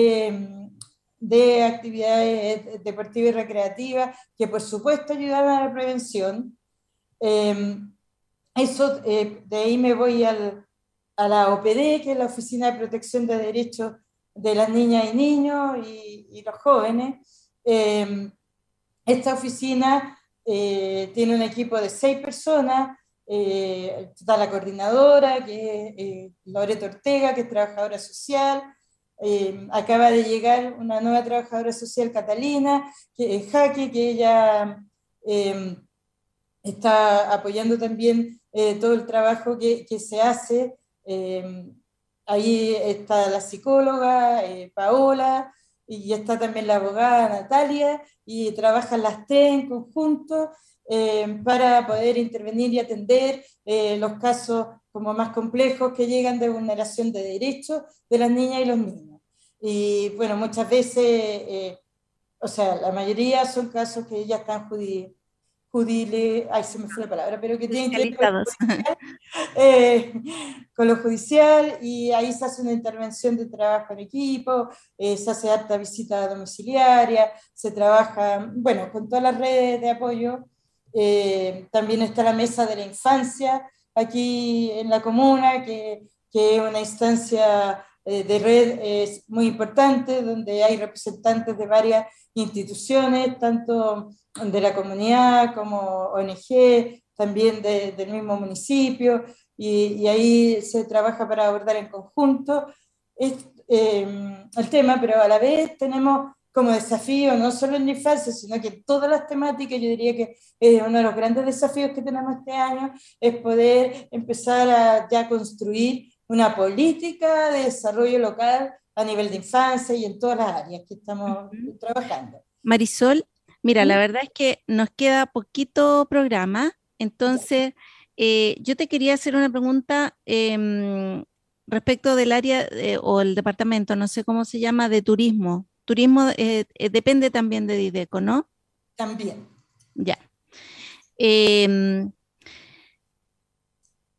de de actividades deportivas y recreativas, que por supuesto ayudan a la prevención. Eh, eso, eh, de ahí me voy al, a la O P D, que es la Oficina de Protección de Derechos de las Niñas y Niños y, y los Jóvenes. Eh, esta oficina eh, tiene un equipo de seis personas. Eh, está la coordinadora, que es eh, Loreto Ortega, que es trabajadora social. Eh, acaba de llegar una nueva trabajadora social, Catalina, que es Jaque, que ella eh, está apoyando también eh, todo el trabajo que, que se hace. Eh, ahí está la psicóloga eh, Paola, y está también la abogada Natalia, y trabajan las tres en conjunto eh, para poder intervenir y atender eh, los casos como más complejos que llegan de vulneración de derechos de las niñas y los niños. Y bueno, muchas veces, eh, o sea, la mayoría son casos que ya están judiciales, judile, ay, se me fue la palabra, pero que tienen que ver con lo judicial, eh, con lo judicial, y ahí se hace una intervención de trabajo en equipo, eh, se hace harta visita domiciliaria, se trabaja, bueno, con todas las redes de apoyo. Eh, también está la mesa de la infancia aquí en la comuna, que, que es una instancia eh, de red eh, muy importante, donde hay representantes de varias instituciones, tanto de la comunidad como O N G, también de, del mismo municipio, y, y ahí se trabaja para abordar en conjunto es, eh, el tema, pero a la vez tenemos como desafío, no solo en la infancia, sino que todas las temáticas. Yo diría que eh, uno de los grandes desafíos que tenemos este año es poder empezar a ya construir una política de desarrollo local a nivel de infancia y en todas las áreas que estamos uh-huh. trabajando. Marisol, mira, ¿sí? La verdad es que nos queda poquito programa, entonces eh, yo te quería hacer una pregunta eh, respecto del área eh, o el departamento, no sé cómo se llama, de turismo. Turismo eh, eh, depende también de Dideco, ¿no? También. Ya. Eh,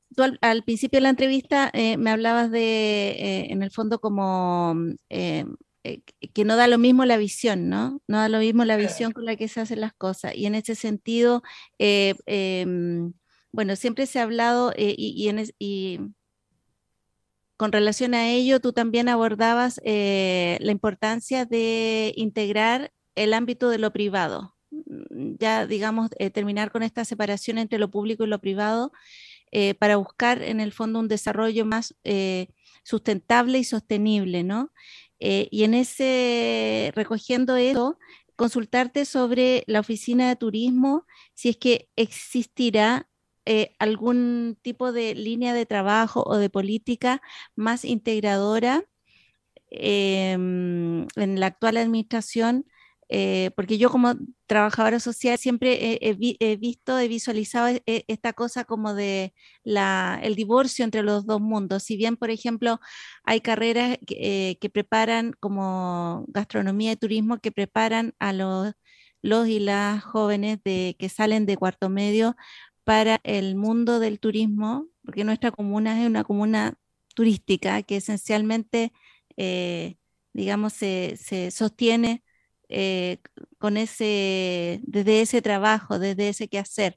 tú al, al principio de la entrevista eh, me hablabas de, eh, en el fondo, como eh, eh, que no da lo mismo la visión, ¿no? No da lo mismo la visión con la que se hacen las cosas. Y en ese sentido, eh, eh, bueno, siempre se ha hablado eh, y, y, en es, y con relación a ello, tú también abordabas eh, la importancia de integrar el ámbito de lo privado. Mm, Ya, digamos, eh, terminar con esta separación entre lo público y lo privado eh, para buscar en el fondo un desarrollo más eh, sustentable y sostenible, ¿no? Eh, y en ese, recogiendo eso, consultarte sobre la oficina de turismo, si es que existirá eh, algún tipo de línea de trabajo o de política más integradora eh, en la actual administración, eh, porque yo como trabajadora social siempre he, he vi, he visto, he visualizado e, e, esta cosa como de la, el divorcio entre los dos mundos. Si bien, por ejemplo, hay carreras que, eh, que preparan como gastronomía y turismo, que preparan a los, los y las jóvenes de, que salen de cuarto medio para el mundo del turismo, porque nuestra comuna es una comuna turística que esencialmente eh, digamos, se, se sostiene eh, con ese, desde ese trabajo, desde ese quehacer.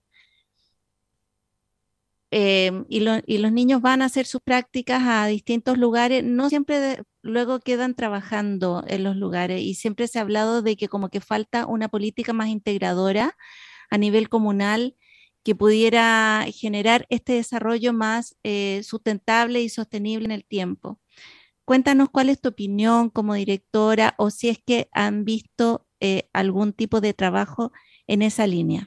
Eh, y, lo, y, los niños van a hacer sus prácticas a distintos lugares, no siempre de, luego quedan trabajando en los lugares y siempre se ha hablado de que como que falta una política más integradora a nivel comunal que pudiera generar este desarrollo más eh, sustentable y sostenible en el tiempo. Cuéntanos cuál es tu opinión como directora o si es que han visto eh, algún tipo de trabajo en esa línea.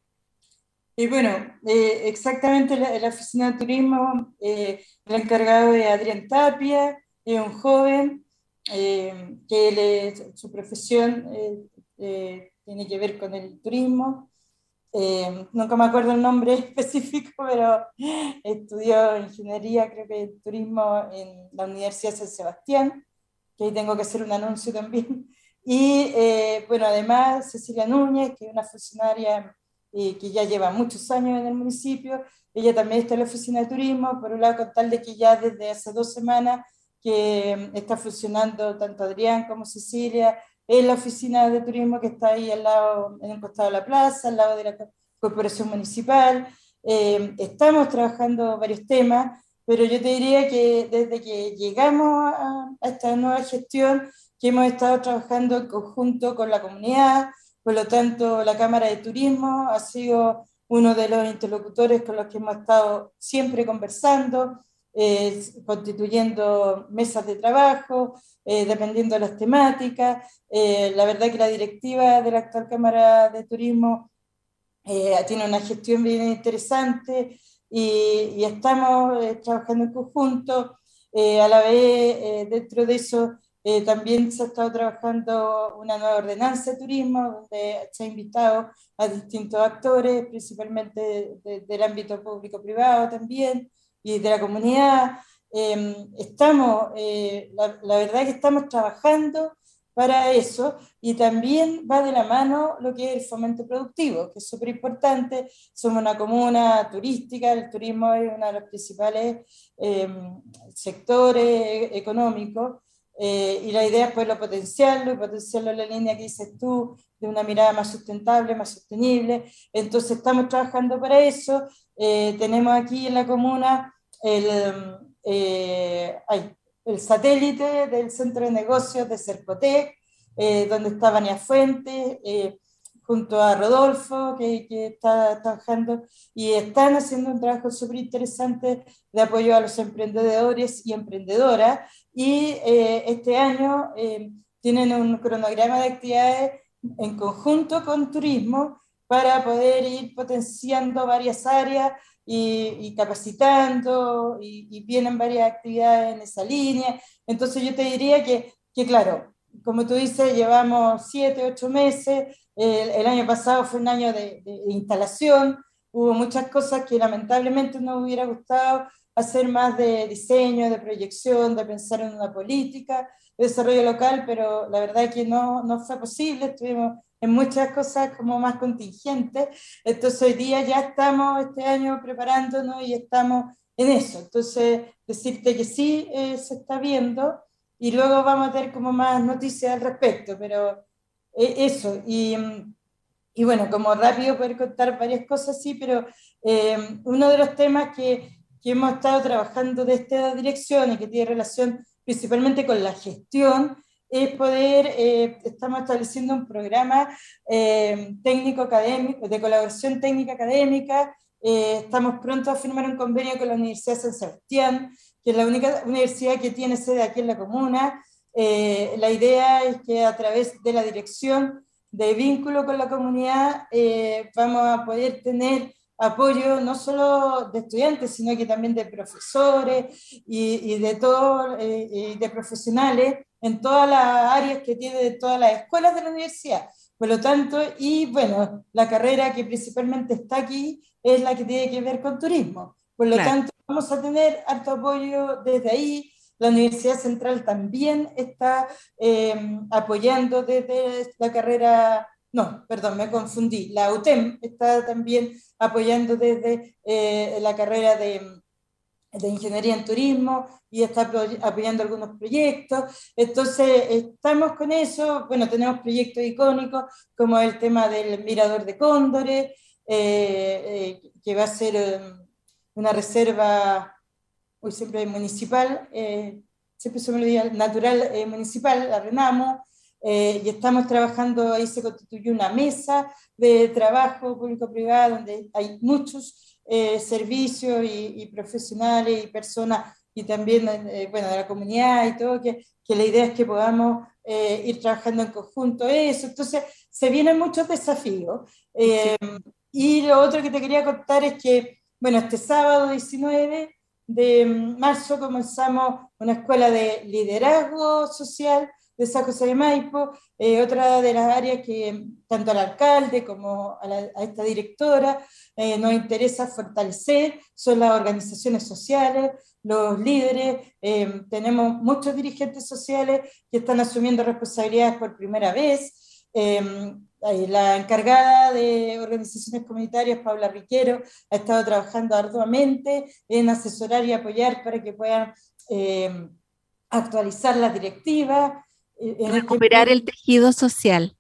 Y bueno, eh, exactamente la, la oficina de turismo, eh, el encargado de Adrián Tapia, es un joven eh, que él es, su profesión eh, eh, tiene que ver con el turismo. Eh, nunca me acuerdo el nombre específico, pero estudió ingeniería, creo que en turismo en la Universidad de San Sebastián, que ahí tengo que hacer un anuncio también. Y eh, bueno, además Cecilia Núñez, que es una funcionaria eh, que ya lleva muchos años en el municipio, ella también está en la oficina de turismo, por un lado con tal de que ya desde hace dos semanas que está funcionando tanto Adrián como Cecilia en la oficina de turismo que está ahí al lado, en el costado de la plaza, al lado de la corporación municipal. Eh, estamos trabajando varios temas, pero yo te diría que desde que llegamos a, a esta nueva gestión, que hemos estado trabajando en conjunto con la comunidad, por lo tanto la Cámara de Turismo ha sido uno de los interlocutores con los que hemos estado siempre conversando, eh, constituyendo mesas de trabajo, eh, dependiendo de las temáticas. Eh, la verdad que la directiva de la actual Cámara de Turismo eh, tiene una gestión bien interesante y, y estamos eh, trabajando en conjunto. Eh, a la vez, eh, dentro de eso, eh, también se ha estado trabajando una nueva ordenanza de turismo, donde se ha invitado a distintos actores, principalmente de, de, del ámbito público-privado también, y de la comunidad. Eh, estamos, eh, la, la verdad es que estamos trabajando para eso, y también va de la mano lo que es el fomento productivo, que es súper importante. Somos una comuna turística, el turismo es uno de los principales eh, sectores económicos, eh, y la idea es poderlo potenciarlo, y potenciarlo en la línea que dices tú, de una mirada más sustentable, más sostenible. Entonces estamos trabajando para eso. Eh, tenemos aquí en la comuna el... Eh, ay, el satélite del centro de negocios de Cercotec, eh, donde está Vania Fuentes, eh, junto a Rodolfo, que, que está trabajando, y están haciendo un trabajo súper interesante de apoyo a los emprendedores y emprendedoras, y eh, este año eh, tienen un cronograma de actividades en conjunto con turismo para poder ir potenciando varias áreas y, y capacitando, y, y vienen varias actividades en esa línea. Entonces yo te diría que, que claro, como tú dices, llevamos siete, ocho meses, el, el año pasado fue un año de, de, de instalación, hubo muchas cosas que lamentablemente nos hubiera gustado hacer más de diseño, de proyección, de pensar en una política de desarrollo local, pero la verdad es que no, no fue posible, estuvimos en muchas cosas como más contingentes. Entonces hoy día ya estamos este año preparándonos y estamos en eso. Entonces, decirte que sí eh, se está viendo y luego vamos a tener como más noticias al respecto, pero eh, eso. Y, y bueno, como rápido poder contar varias cosas, sí, pero eh, uno de los temas que, que hemos estado trabajando de esta dirección y que tiene relación principalmente con la gestión, es poder, eh, estamos estableciendo un programa eh, técnico académico, de colaboración técnica académica. Eh, estamos pronto a firmar un convenio con la Universidad de San Sebastián, que es la única universidad que tiene sede aquí en la comuna. Eh, la idea es que a través de la dirección de vínculo con la comunidad eh, vamos a poder tener apoyo no solo de estudiantes, sino que también de profesores y, y de todo, eh, y de profesionales en todas las áreas que tiene de todas las escuelas de la universidad. Por lo tanto, y bueno, la carrera que principalmente está aquí es la que tiene que ver con turismo. Por lo Claro. tanto, vamos a tener harto apoyo desde ahí. La Universidad Central también está eh, apoyando desde la carrera, no, perdón, me confundí, la U T E M está también apoyando desde eh, la carrera de, de Ingeniería en Turismo y está apoyando algunos proyectos. Entonces, estamos con eso. Bueno, tenemos proyectos icónicos como el tema del Mirador de Cóndores, eh, eh, que va a ser eh, una reserva, hoy siempre municipal, eh, siempre se me olvida, natural eh, municipal, la Renamo, eh, y estamos trabajando, ahí se constituyó una mesa de trabajo público-privada donde hay muchos eh, servicios y, y profesionales y personas y también eh, bueno, de la comunidad y todo, que, que la idea es que podamos eh, ir trabajando en conjunto eso. Entonces, se vienen muchos desafíos. Eh, Sí. y lo otro que te quería contar es que, bueno, este sábado diecinueve de marzo comenzamos una escuela de liderazgo social de San José de Maipo, eh, otra de las áreas que tanto al alcalde como a, la, a esta directora eh, nos interesa fortalecer son las organizaciones sociales, los líderes. Eh, tenemos muchos dirigentes sociales que están asumiendo responsabilidades por primera vez. Eh, la encargada de organizaciones comunitarias, Paula Riquero, ha estado trabajando arduamente en asesorar y apoyar para que puedan eh, actualizar las directivas. En este Recuperar el tejido social.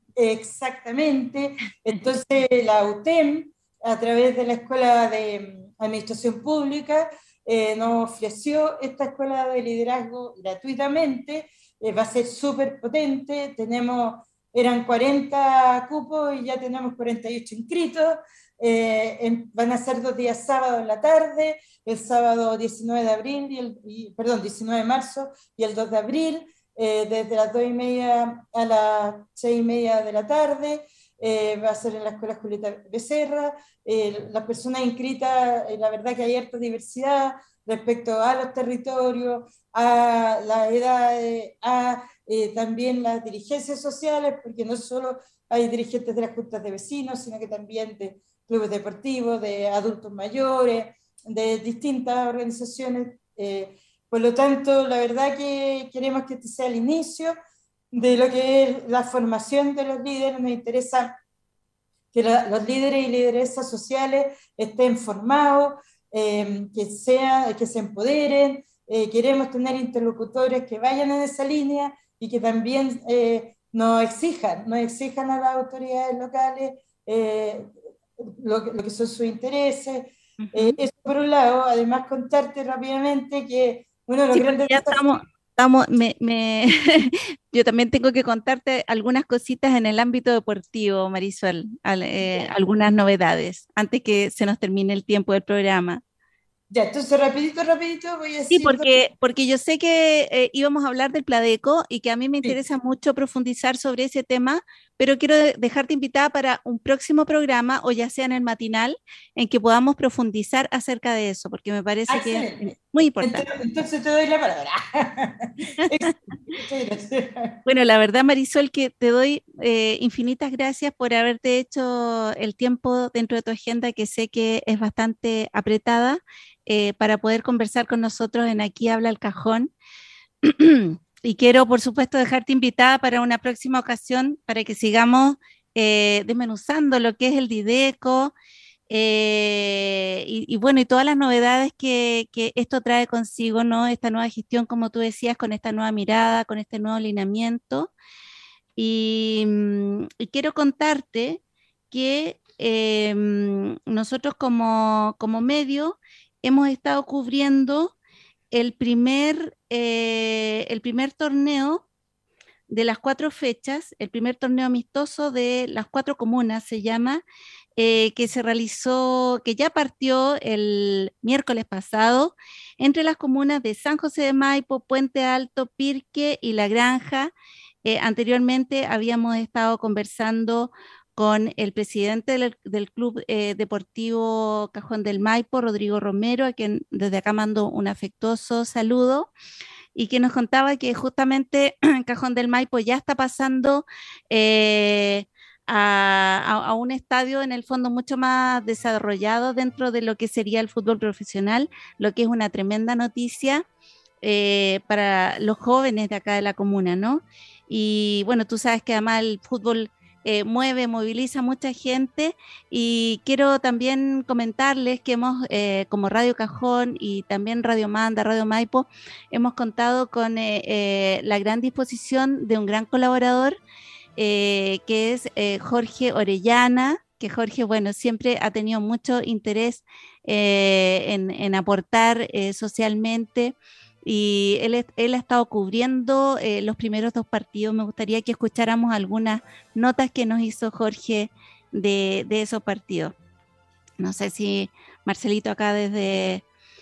Exactamente. Entonces, la U T E M, a través de la Escuela de Administración Pública, eh, nos ofreció esta escuela de liderazgo gratuitamente. Eh, va a ser súper potente. Tenemos, eran cuarenta cupos y ya tenemos cuarenta y ocho inscritos. Eh, en, van a ser dos días sábado en la tarde, el sábado diecinueve de abril, y el, y, perdón, diecinueve de marzo y el dos de abril. Eh, desde las dos y media a las seis y media de la tarde. Eh, va a ser en la Escuela Julieta Becerra. Eh, las personas inscritas, eh, la verdad que hay harta diversidad respecto a los territorios, a las edades, a eh, también las dirigencias sociales, porque no solo hay dirigentes de las juntas de vecinos, sino que también de clubes deportivos, de adultos mayores, de distintas organizaciones. Eh, Por lo tanto, la verdad que queremos que este sea el inicio de lo que es la formación de los líderes. Nos interesa que la, los líderes y lideresas sociales estén formados, eh, que, sea, que se empoderen. Eh, queremos tener interlocutores que vayan en esa línea y que también eh, nos exijan, nos exijan a las autoridades locales eh, lo, lo que son sus intereses. Uh-huh. Eh, eso por un lado. Además, contarte rápidamente que uno de los sí, grandes ya estamos, estamos me, me yo también tengo que contarte algunas cositas en el ámbito deportivo, Marisol, al, eh, algunas novedades, antes que se nos termine el tiempo del programa. Ya, entonces rapidito, rapidito voy a decir... Sí, porque, porque yo sé que eh, íbamos a hablar del Pladeco y que a mí me interesa sí. mucho profundizar sobre ese tema, pero quiero dejarte invitada para un próximo programa, o ya sea en el matinal, en que podamos profundizar acerca de eso, porque me parece ah, que sí. es muy importante. Entonces, entonces te doy la palabra. Bueno, la verdad, Marisol, que te doy eh, infinitas gracias por haberte hecho el tiempo dentro de tu agenda, que sé que es bastante apretada, eh, para poder conversar con nosotros en Aquí Habla el Cajón. Y quiero, por supuesto, dejarte invitada para una próxima ocasión para que sigamos eh, desmenuzando lo que es el Dideco, Eh, y, y bueno, y todas las novedades que, que esto trae consigo, ¿no? Esta nueva gestión, como tú decías, con esta nueva mirada, con este nuevo alineamiento. Y, mm, y quiero contarte que eh, mm, nosotros como, como medio hemos estado cubriendo el primer, eh, el primer torneo de las cuatro fechas, el primer torneo amistoso de las cuatro comunas se llama, eh, que se realizó, que ya partió el miércoles pasado entre las comunas de San José de Maipo, Puente Alto, Pirque y La Granja. Eh, anteriormente habíamos estado conversando con el presidente del, del Club eh, Deportivo Cajón del Maipo, Rodrigo Romero, a quien desde acá mando un afectuoso saludo, y que nos contaba que justamente Cajón del Maipo ya está pasando eh, a, a, a un estadio en el fondo mucho más desarrollado dentro de lo que sería el fútbol profesional, lo que es una tremenda noticia eh, para los jóvenes de acá de la comuna, ¿no? Y bueno, tú sabes que además el fútbol eh, mueve, moviliza a mucha gente, y quiero también comentarles que hemos, eh, como Radio Cajón y también Radio Manda, Radio Maipo, hemos contado con eh, eh, la gran disposición de un gran colaborador, eh, que es eh, Jorge Orellana, que Jorge, bueno, siempre ha tenido mucho interés eh, en, en aportar eh, socialmente, y él, él ha estado cubriendo eh, los primeros dos partidos. Me gustaría que escucháramos algunas notas que nos hizo Jorge de, de esos partidos. No sé si Marcelito acá desde,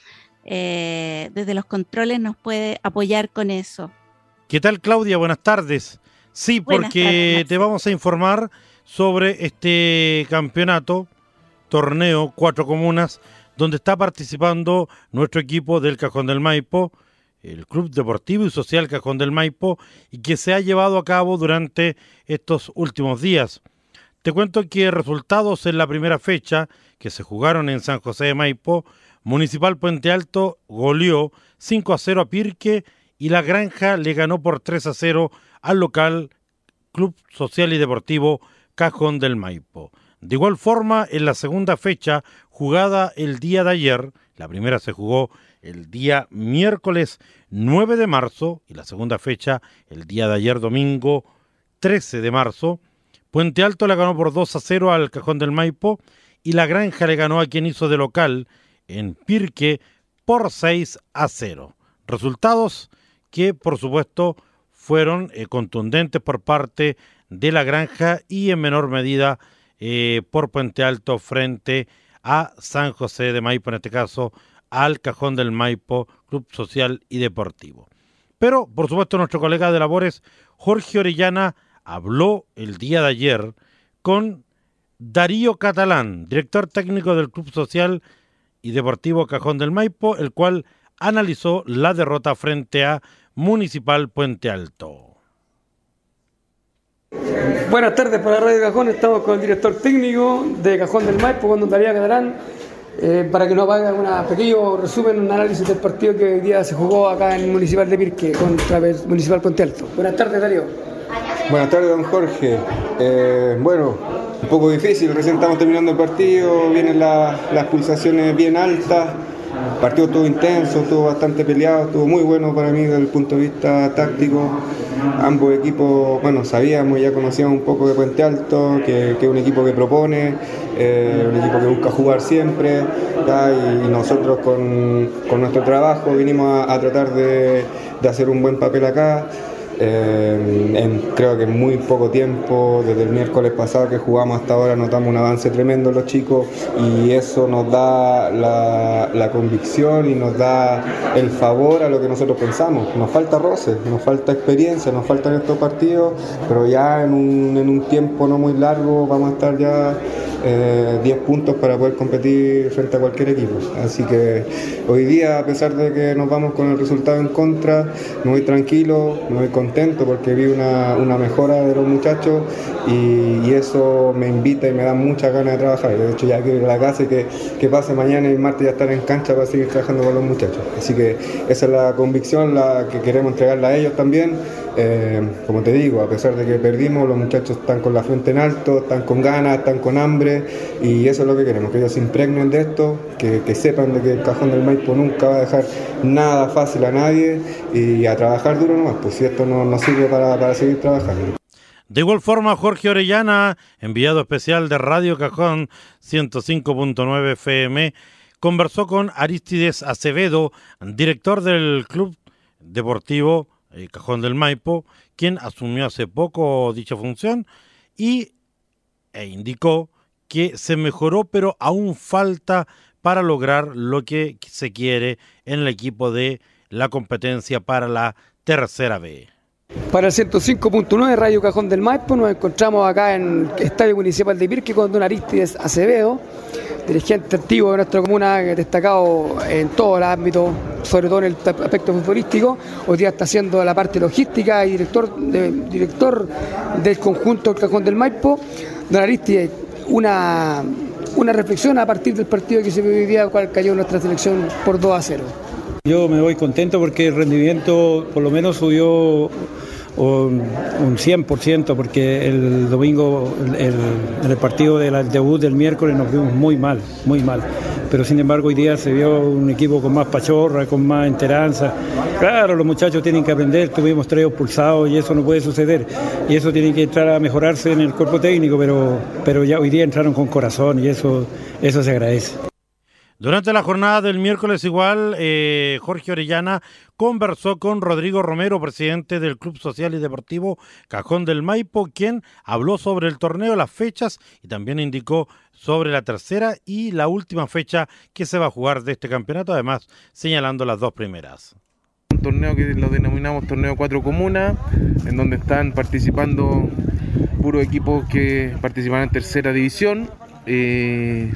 eh, desde los controles nos puede apoyar con eso. ¿Qué tal, Claudia? Buenas tardes. Sí, Buenas porque tardes, te vamos a informar sobre este campeonato, torneo, cuatro comunas, donde está participando nuestro equipo del Cajón del Maipo, el Club Deportivo y Social Cajón del Maipo, y que se ha llevado a cabo durante estos últimos días. Te cuento que resultados en la primera fecha, que se jugaron en San José de Maipo, Municipal Puente Alto goleó cinco a cero a Pirque, y La Granja le ganó por tres a cero al local Club Social y Deportivo Cajón del Maipo. De igual forma, en la segunda fecha, jugada el día de ayer, la primera se jugó el día miércoles nueve de marzo, y la segunda fecha el día de ayer, domingo trece de marzo, Puente Alto le ganó por dos a cero al Cajón del Maipo, y La Granja le ganó a quien hizo de local en Pirque por seis a cero. Resultados que, por supuesto, fueron eh, contundentes por parte de La Granja y en menor medida eh, por Puente Alto frente a San José de Maipo, en este caso al Cajón del Maipo, Club Social y Deportivo. Pero, por supuesto, nuestro colega de labores, Jorge Orellana, habló el día de ayer con Darío Catalán, director técnico del Club Social y Deportivo Cajón del Maipo, el cual analizó la derrota frente a Municipal Puente Alto. Buenas tardes para Radio Cajón, estamos con el director técnico de Cajón del Maipo, con don Darío Catalán, eh, para que nos haga un pequeño resumen, un análisis del partido que hoy día se jugó acá en el Municipal de Pirque contra el Municipal Puente Alto. Buenas tardes, Darío. Buenas tardes, don Jorge. Eh, bueno, un poco difícil, recién estamos terminando el partido, vienen la, las pulsaciones bien altas. El partido estuvo intenso, estuvo bastante peleado, estuvo muy bueno para mí desde el punto de vista táctico. Ambos equipos, bueno, sabíamos, ya conocíamos un poco de Puente Alto, que, que es un equipo que propone, eh, un equipo que busca jugar siempre, ¿ya? Y, y nosotros con, con nuestro trabajo vinimos a, a tratar de, de hacer un buen papel acá. Eh, en, creo que en muy poco tiempo, desde el miércoles pasado que jugamos hasta ahora, notamos un avance tremendo en los chicos, y eso nos da la, la convicción y nos da el favor a lo que nosotros pensamos. Nos falta roce, nos falta experiencia, nos faltan estos partidos, pero ya en un, en un tiempo no muy largo vamos a estar ya eh, diez puntos para poder competir frente a cualquier equipo. Así que hoy día, a pesar de que nos vamos con el resultado en contra, me voy tranquilo, me voy contento porque vi una, una mejora de los muchachos, y, y eso me invita y me da muchas ganas de trabajar. De hecho, ya quiero ir a la casa y que, que pase mañana y martes ya estar en cancha para seguir trabajando con los muchachos. Así que esa es la convicción, la que queremos entregarla a ellos también, Eh, como te digo, a pesar de que perdimos, los muchachos están con la frente en alto, están con ganas, están con hambre, y eso es lo que queremos, que ellos se impregnen de esto, que, que sepan de que el Cajón del Maipo nunca va a dejar nada fácil a nadie, y a trabajar duro nomás, pues si esto no nos sirve para, para seguir trabajando. De igual forma, Jorge Orellana, enviado especial de Radio Cajón ciento cinco punto nueve F M, conversó con Arístides Acevedo, director del Club Deportivo eh, Cajón del Maipo, quien asumió hace poco dicha función y e indicó que se mejoró, pero aún falta para lograr lo que se quiere en el equipo de la competencia para la tercera B. Para el ciento cinco punto nueve Radio Cajón del Maipo nos encontramos acá en el Estadio Municipal de Pirque con don Arístides Acevedo, dirigente activo de nuestra comuna, destacado en todo el ámbito, sobre todo en el aspecto futbolístico. Hoy día está haciendo la parte logística y director, de, director del conjunto del Cajón del Maipo. Don Arístides, una, una reflexión a partir del partido que se vivió hoy día, cual cayó nuestra selección por dos a cero. Yo me voy contento porque el rendimiento por lo menos subió un, un cien por ciento, porque el domingo, el, en el partido del debut del miércoles nos vimos muy mal, muy mal. Pero sin embargo hoy día se vio un equipo con más pachorra, con más enteranza. Claro, los muchachos tienen que aprender, tuvimos tres expulsados y eso no puede suceder. Y eso tiene que entrar a mejorarse en el cuerpo técnico, pero, pero ya hoy día entraron con corazón y eso, eso se agradece. Durante la jornada del miércoles igual, eh, Jorge Orellana conversó con Rodrigo Romero, presidente del Club Social y Deportivo Cajón del Maipo, quien habló sobre el torneo, las fechas y también indicó sobre la tercera y la última fecha que se va a jugar de este campeonato, además señalando las dos primeras. Un torneo que lo denominamos Torneo Cuatro Comunas, en donde están participando puros equipos que participan en tercera división. Eh,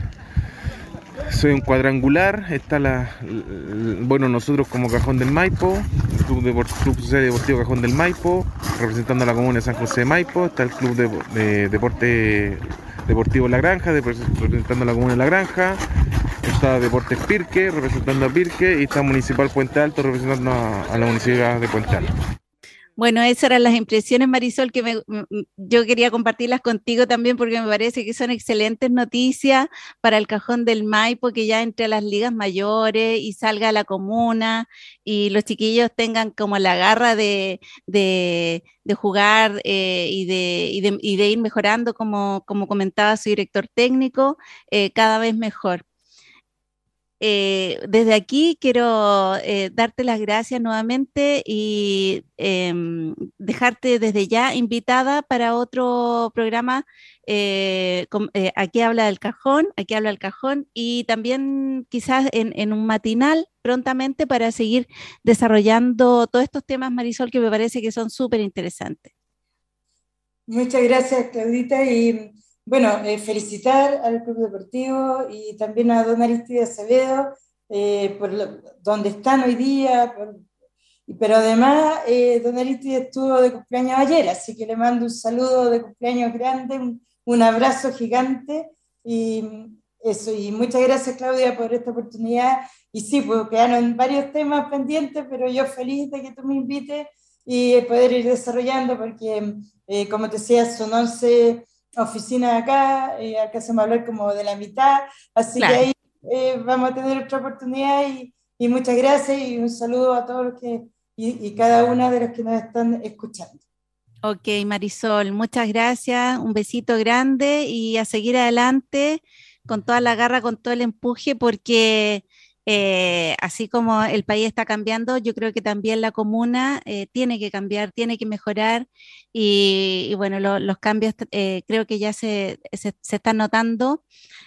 Soy un cuadrangular, está la, bueno, nosotros como Cajón del Maipo, el Club, de, Club Social y Deportivo Cajón del Maipo, representando a la comuna de San José de Maipo, está el Club de, de Deporte Deportivo La Granja, de, representando a la comuna de La Granja, está Deportes Pirque, representando a Pirque, y está Municipal Puente Alto, representando a, a la Municipalidad de Puente Alto. Bueno, esas eran las impresiones, Marisol, que me, yo quería compartirlas contigo también porque me parece que son excelentes noticias para el Cajón del Maipo, que ya entre a las ligas mayores y salga a la comuna y los chiquillos tengan como la garra de, de, de jugar eh, y, de, y, de, y de ir mejorando, como, como comentaba su director técnico, eh, cada vez mejor. Eh, desde aquí quiero eh, darte las gracias nuevamente y eh, dejarte desde ya invitada para otro programa. Eh, con, eh, aquí habla el Cajón, aquí habla el Cajón, y también quizás en, en un matinal prontamente para seguir desarrollando todos estos temas, Marisol, que me parece que son súper interesantes. Muchas gracias, Claudita, y bueno, eh, felicitar al Club Deportivo y también a don Arístides Acevedo eh, por lo, donde están hoy día, por, pero además eh, don Arístides estuvo de cumpleaños ayer, así que le mando un saludo de cumpleaños grande, un, un abrazo gigante y eso, y muchas gracias, Claudia, por esta oportunidad. Y sí, pues quedaron varios temas pendientes, pero yo feliz de que tú me invites y poder ir desarrollando, porque eh, como te decía, son once oficinas acá, eh, alcanzamos a hablar como de la mitad, así claro. que ahí eh, vamos a tener otra oportunidad y, y muchas gracias y un saludo a todos los que y, y cada una de los que nos están escuchando. Ok, Marisol, muchas gracias, un besito grande y a seguir adelante con toda la garra, con todo el empuje, porque Eh, así como el país está cambiando, yo creo que también la comuna eh, tiene que cambiar, tiene que mejorar y, y bueno, lo, los cambios eh, creo que ya se, se, se están notando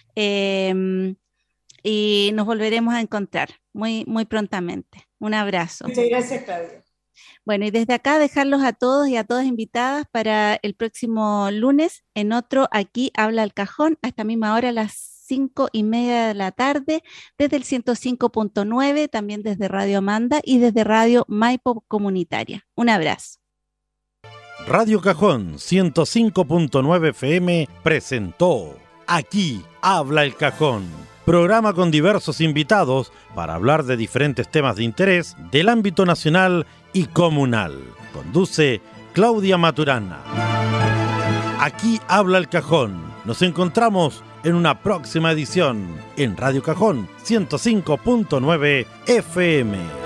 eh, y nos volveremos a encontrar muy, muy prontamente. Un abrazo. Muchas gracias, Claudia. Bueno, y desde acá dejarlos a todos y a todas invitadas para el próximo lunes en otro Aquí Habla el Cajón, a esta misma hora, a las cinco y media de la tarde, desde el ciento cinco punto nueve, también desde Radio Amanda y desde Radio Maipo Comunitaria. Un abrazo. Radio Cajón ciento cinco punto nueve F M presentó Aquí Habla el Cajón, programa con diversos invitados para hablar de diferentes temas de interés del ámbito nacional y comunal. Conduce Claudia Maturana. Aquí habla el Cajón. Nos encontramos en una próxima edición en Radio Cajón ciento cinco punto nueve F M.